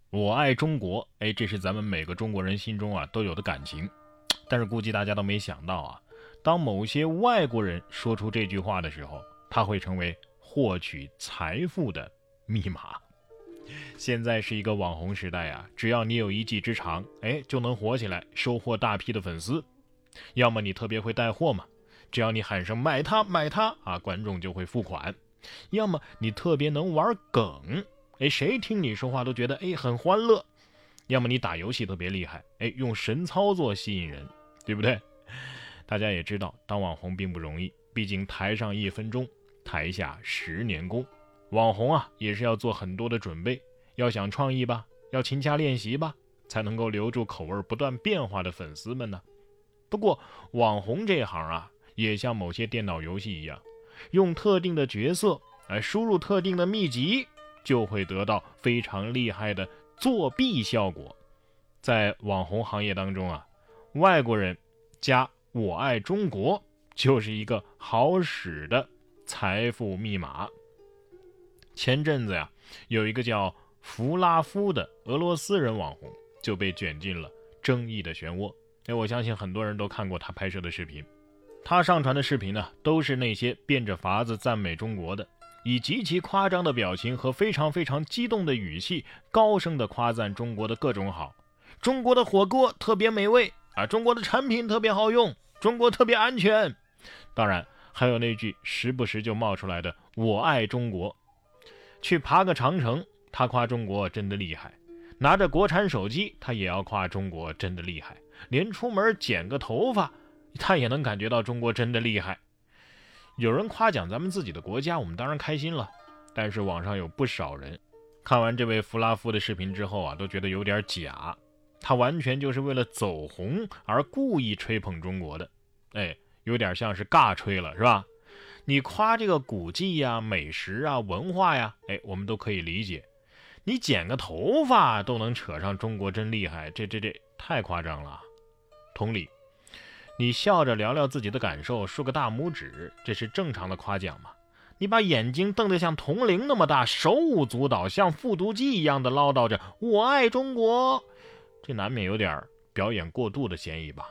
我爱中国，这是咱们每个中国人心中都有的感情。但是估计大家都没想到当某些外国人说出这句话的时候，它会成为获取财富的密码。现在是一个网红时代只要你有一技之长，就能火起来，收获大批的粉丝。要么你特别会带货嘛，只要你喊声买它买它观众就会付款。要么你特别能玩梗，谁听你说话都觉得很欢乐。要么你打游戏特别厉害，用神操作吸引人，对不对？大家也知道当网红并不容易，毕竟台上1分钟，台下10年功。网红也是要做很多的准备，要想创意吧，要勤加练习吧，才能够留住口味不断变化的粉丝们呢。不过网红这行也像某些电脑游戏一样，用特定的角色输入特定的秘籍，就会得到非常厉害的作弊效果。在网红行业当中外国人加我爱中国就是一个好使的财富密码。前阵子有一个叫弗拉夫的俄罗斯人网红就被卷进了争议的漩涡。我相信很多人都看过他拍摄的视频，他上传的视频都是那些变着法子赞美中国的，以极其夸张的表情和非常非常激动的语气，高声的夸赞中国的各种好。中国的火锅特别美味中国的产品特别好用，中国特别安全。当然还有那句时不时就冒出来的我爱中国。去爬个长城，他夸中国真的厉害；拿着国产手机，他也要夸中国真的厉害；连出门剪个头发，他也能感觉到中国真的厉害。有人夸奖咱们自己的国家，我们当然开心了。但是网上有不少人看完这位弗拉夫的视频之后都觉得有点假，他完全就是为了走红而故意吹捧中国的，有点像是尬吹了，是吧？你夸这个古迹美食文化我们都可以理解。你剪个头发都能扯上中国真厉害，这太夸张了。同理，你笑着聊聊自己的感受，竖个大拇指，这是正常的夸奖吗？你把眼睛瞪得像铜铃那么大，手舞足蹈，像复读机一样的唠叨着我爱中国，这难免有点表演过度的嫌疑吧？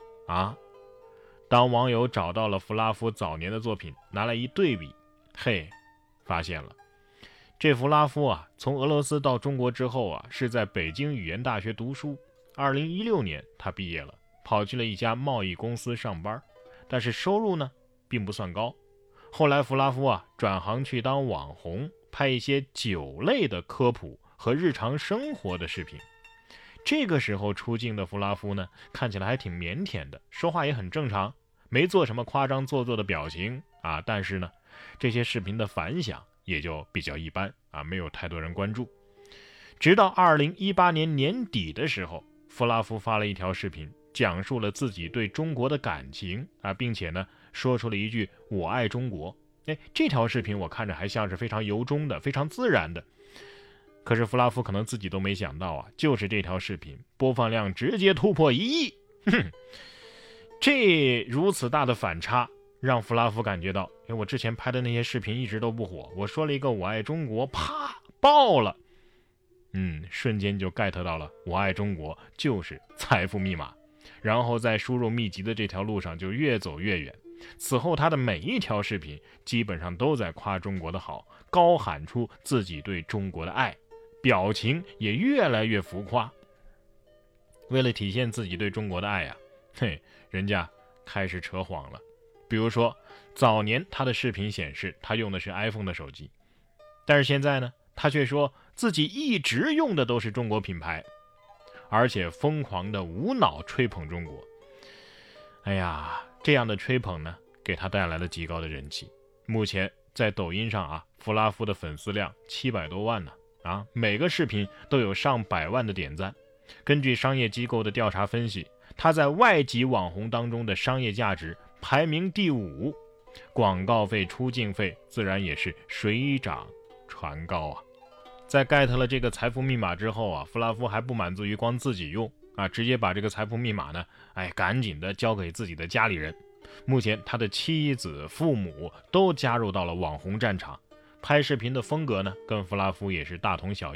当网友找到了弗拉夫早年的作品，拿来一对比，发现了这弗拉夫从俄罗斯到中国之后是在北京语言大学读书。2016年他毕业了，跑去了一家贸易公司上班，但是收入呢并不算高。后来弗拉夫转行去当网红，拍一些酒类的科普和日常生活的视频。这个时候出镜的弗拉夫呢，看起来还挺腼腆的，说话也很正常，没做什么夸张做作的表情但是呢，这些视频的反响也就比较一般没有太多人关注。直到2018年年底的时候，弗拉夫发了一条视频，讲述了自己对中国的感情并且呢，说出了一句我爱中国。这条视频我看着还像是非常由衷的，非常自然的。可是弗拉夫可能自己都没想到就是这条视频播放量直接突破1亿。这如此大的反差让弗拉夫感觉到，我之前拍的那些视频一直都不火，我说了一个我爱中国，啪爆了。瞬间就 get 到了我爱中国就是财富密码，然后在输入秘籍的这条路上就越走越远。此后他的每一条视频基本上都在夸中国的好，高喊出自己对中国的爱，表情也越来越浮夸。为了体现自己对中国的爱人家开始扯谎了。比如说早年他的视频显示他用的是 iPhone 的手机，但是现在呢，他却说自己一直用的都是中国品牌，而且疯狂的无脑吹捧中国。这样的吹捧呢，给他带来了极高的人气。目前在抖音上弗拉夫的粉丝量700多万呢每个视频都有上百万的点赞。根据商业机构的调查分析，他在外籍网红当中的商业价值排名第5，广告费、出镜费自然也是水涨船高在 get 了这个财富密码之后弗拉夫还不满足于光自己用直接把这个财富密码呢赶紧的交给自己的家里人。目前他的妻子、父母都加入到了网红战场，拍视频的风格呢跟弗拉夫也是大同小异。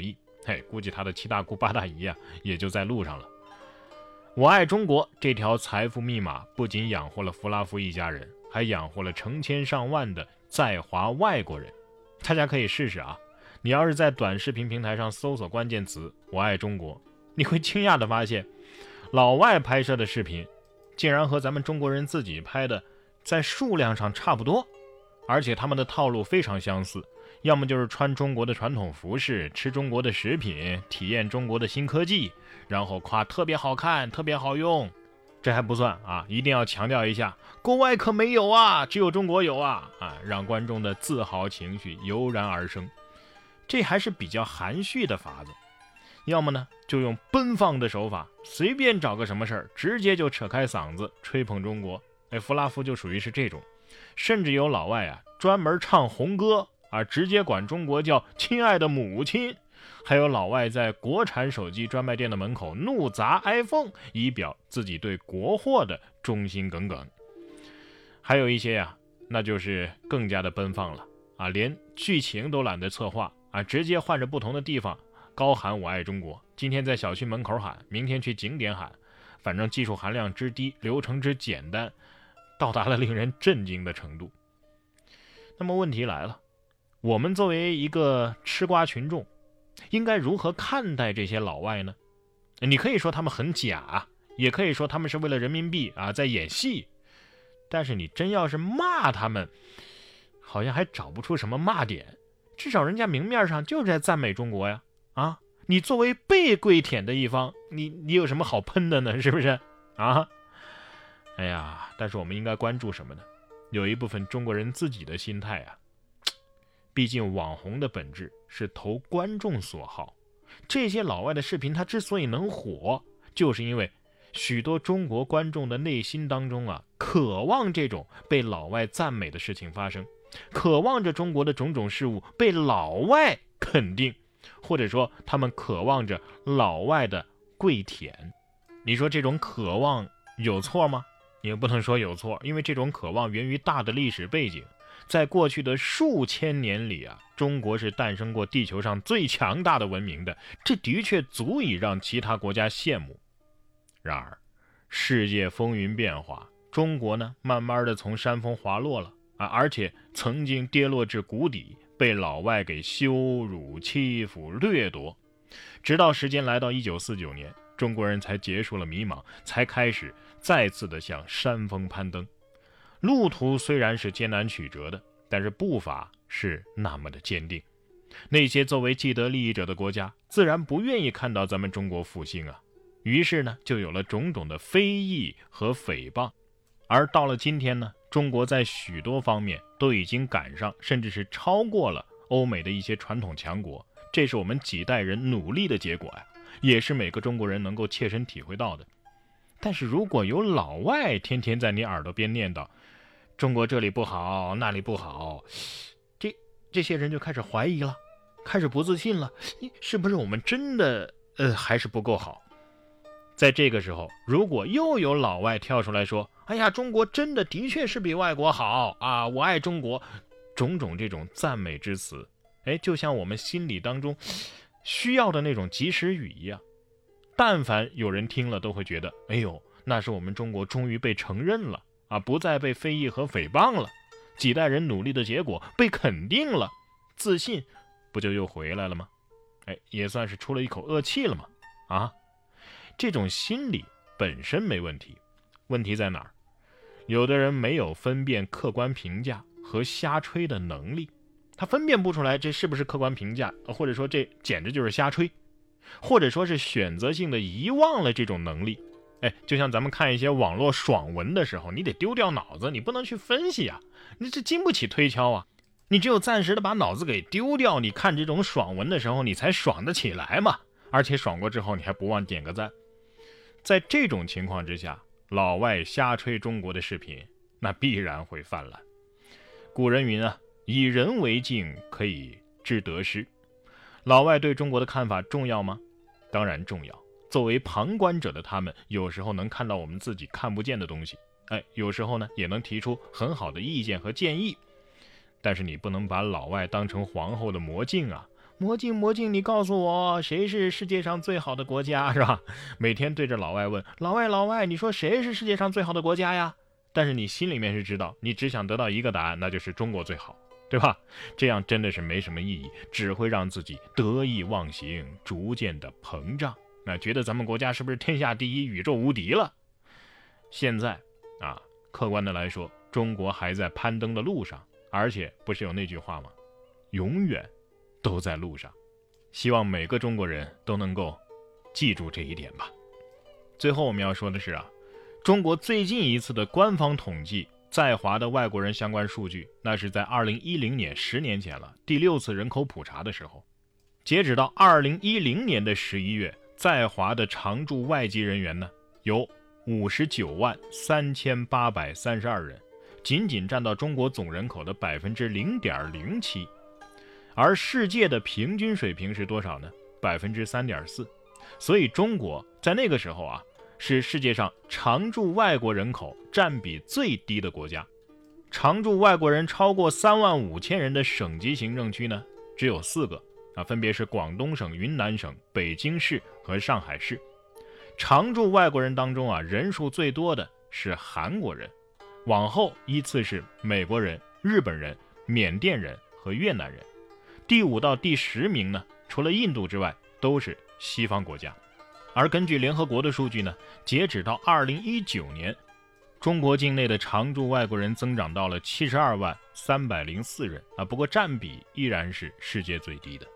估计他的七大姑八大姨啊也就在路上了。我爱中国这条财富密码不仅养活了弗拉夫一家人，还养活了成千上万的在华外国人。大家可以试试啊，你要是在短视频平台上搜索关键词我爱中国，你会惊讶地发现，老外拍摄的视频竟然和咱们中国人自己拍的在数量上差不多，而且他们的套路非常相似，要么就是穿中国的传统服饰，吃中国的食品，体验中国的新科技，然后夸特别好看特别好用。这还不算啊，一定要强调一下，国外可没有啊，只有中国有啊，让观众的自豪情绪油然而生。这还是比较含蓄的法子。要么呢就用奔放的手法，随便找个什么事儿直接就扯开嗓子吹捧中国。弗拉夫就属于是这种，甚至有老外啊专门唱红歌啊，直接管中国叫亲爱的母亲。还有老外在国产手机专卖店的门口怒砸 iPhone， 以表自己对国货的忠心耿耿。还有一些呀，那就是更加的奔放了啊，连剧情都懒得策划啊，直接换着不同的地方高喊我爱中国，今天在小区门口喊，明天去景点喊，反正技术含量之低，流程之简单，到达了令人震惊的程度。那么问题来了，我们作为一个吃瓜群众，应该如何看待这些老外呢？你可以说他们很假，也可以说他们是为了人民币啊在演戏，但是你真要是骂他们，好像还找不出什么骂点，至少人家明面上就是在赞美中国呀。啊，你作为被跪舔的一方，你有什么好喷的呢？是不是啊？哎呀，但是我们应该关注什么呢？有一部分中国人自己的心态啊，毕竟网红的本质是投观众所好。这些老外的视频它之所以能火，就是因为许多中国观众的内心当中啊，渴望这种被老外赞美的事情发生，渴望着中国的种种事物被老外肯定，或者说他们渴望着老外的跪舔。你说这种渴望有错吗？也不能说有错，因为这种渴望源于大的历史背景。在过去的数千年里啊，中国是诞生过地球上最强大的文明的，这的确足以让其他国家羡慕。然而世界风云变化，中国呢慢慢的从山峰滑落了啊，而且曾经跌落至谷底，被老外给羞辱欺负掠夺。直到时间来到1949年，中国人才结束了迷茫，才开始再次的向山峰攀登。路途虽然是艰难曲折的，但是步伐是那么的坚定。那些作为既得利益者的国家自然不愿意看到咱们中国复兴啊，于是呢就有了种种的非议和诽谤。而到了今天呢，中国在许多方面都已经赶上甚至是超过了欧美的一些传统强国，这是我们几代人努力的结果呀，也是每个中国人能够切身体会到的。但是如果有老外天天在你耳朵边念叨中国这里不好那里不好，这些人就开始怀疑了，开始不自信了，是不是我们真的还是不够好？在这个时候，如果又有老外跳出来说，哎呀，中国真的的确是比外国好啊，我爱中国，种种这种赞美之词，就像我们心里当中需要的那种及时雨一样，但凡有人听了都会觉得，哎呦，那是我们中国终于被承认了啊，不再被非议和诽谤了，几代人努力的结果被肯定了，自信不就又回来了吗？也算是出了一口恶气了嘛。啊，这种心理本身没问题，问题在哪儿？有的人没有分辨客观评价和瞎吹的能力，他分辨不出来这是不是客观评价，或者说这简直就是瞎吹，或者说是选择性的遗忘了这种能力。就像咱们看一些网络爽文的时候，你得丢掉脑子，你不能去分析啊，你这经不起推敲啊，你只有暂时的把脑子给丢掉，你看这种爽文的时候你才爽得起来嘛，而且爽过之后你还不忘点个赞。在这种情况之下，老外瞎吹中国的视频那必然会泛滥。古人云啊，以人为镜可以知得失。老外对中国的看法重要吗？当然重要。作为旁观者的他们，有时候能看到我们自己看不见的东西，有时候呢也能提出很好的意见和建议。但是你不能把老外当成皇后的魔镜啊， 魔镜魔镜，你告诉我谁是世界上最好的国家，是吧？每天对着老外问，老外，你说谁是世界上最好的国家呀？但是你心里面是知道，你只想得到一个答案，那就是中国最好，对吧？这样真的是没什么意义，只会让自己得意忘形，逐渐的膨胀，那觉得咱们国家是不是天下第一，宇宙无敌了？现在啊，客观的来说，中国还在攀登的路上，而且不是有那句话吗？永远都在路上。希望每个中国人都能够记住这一点吧。最后我们要说的是啊，中国最近一次的官方统计在华的外国人相关数据，那是在2010年，10年前了，第6次人口普查的时候。截止到2010年的11月，在华的常驻外籍人员呢有593832人，仅仅占到中国总人口的 0.07%。而世界的平均水平是多少呢？ 3.4%。所以中国在那个时候啊，是世界上常驻外国人口占比最低的国家。常驻外国人超过35000人的省级行政区呢，只有4个啊，分别是广东省、云南省、北京市和上海市。常驻外国人当中啊，人数最多的是韩国人，往后依次是美国人、日本人、缅甸人和越南人。第5到第10名呢，除了印度之外，都是西方国家。而根据联合国的数据呢，截止到2019年，中国境内的常驻外国人增长到了72万304人啊，不过占比依然是世界最低的。